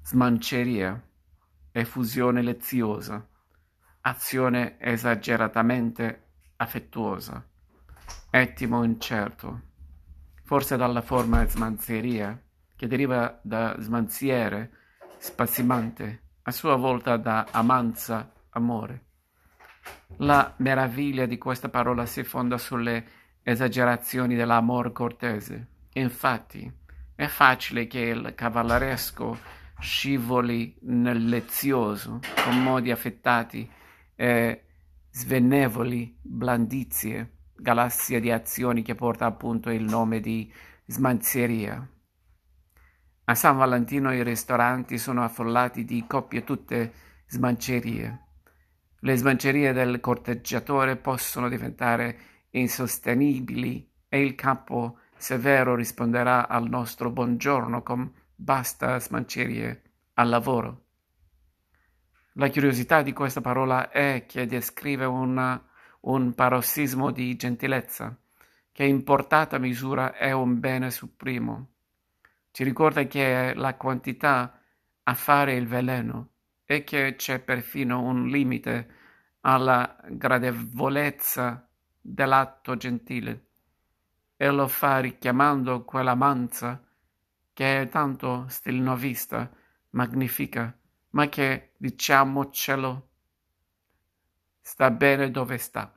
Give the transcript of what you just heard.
smanceria, effusione leziosa, azione esageratamente affettuosa, ettimo incerto, forse dalla forma smanzeria, che deriva da smanziere, spassimante, a sua volta da amanza, amore. La meraviglia di questa parola si fonda sulle esagerazioni dell'amor cortese. Infatti, è facile che il cavalleresco scivoli nel lezioso, con modi affettati e svenevoli blandizie, galassia di azioni che porta appunto il nome di smanzieria. A San Valentino i ristoranti sono affollati di coppie tutte smancerie. Le smancerie del corteggiatore possono diventare insostenibili e il capo severo risponderà al nostro buongiorno con basta smancerie al lavoro. La curiosità di questa parola è che descrive un parossismo di gentilezza, che in portata misura è un bene supremo. Ci ricorda che la quantità a fare il veleno e che c'è perfino un limite alla gradevolezza dell'atto gentile, e lo fa richiamando quella manza che è tanto stilnovista, magnifica, ma che, diciamocelo, sta bene dove sta.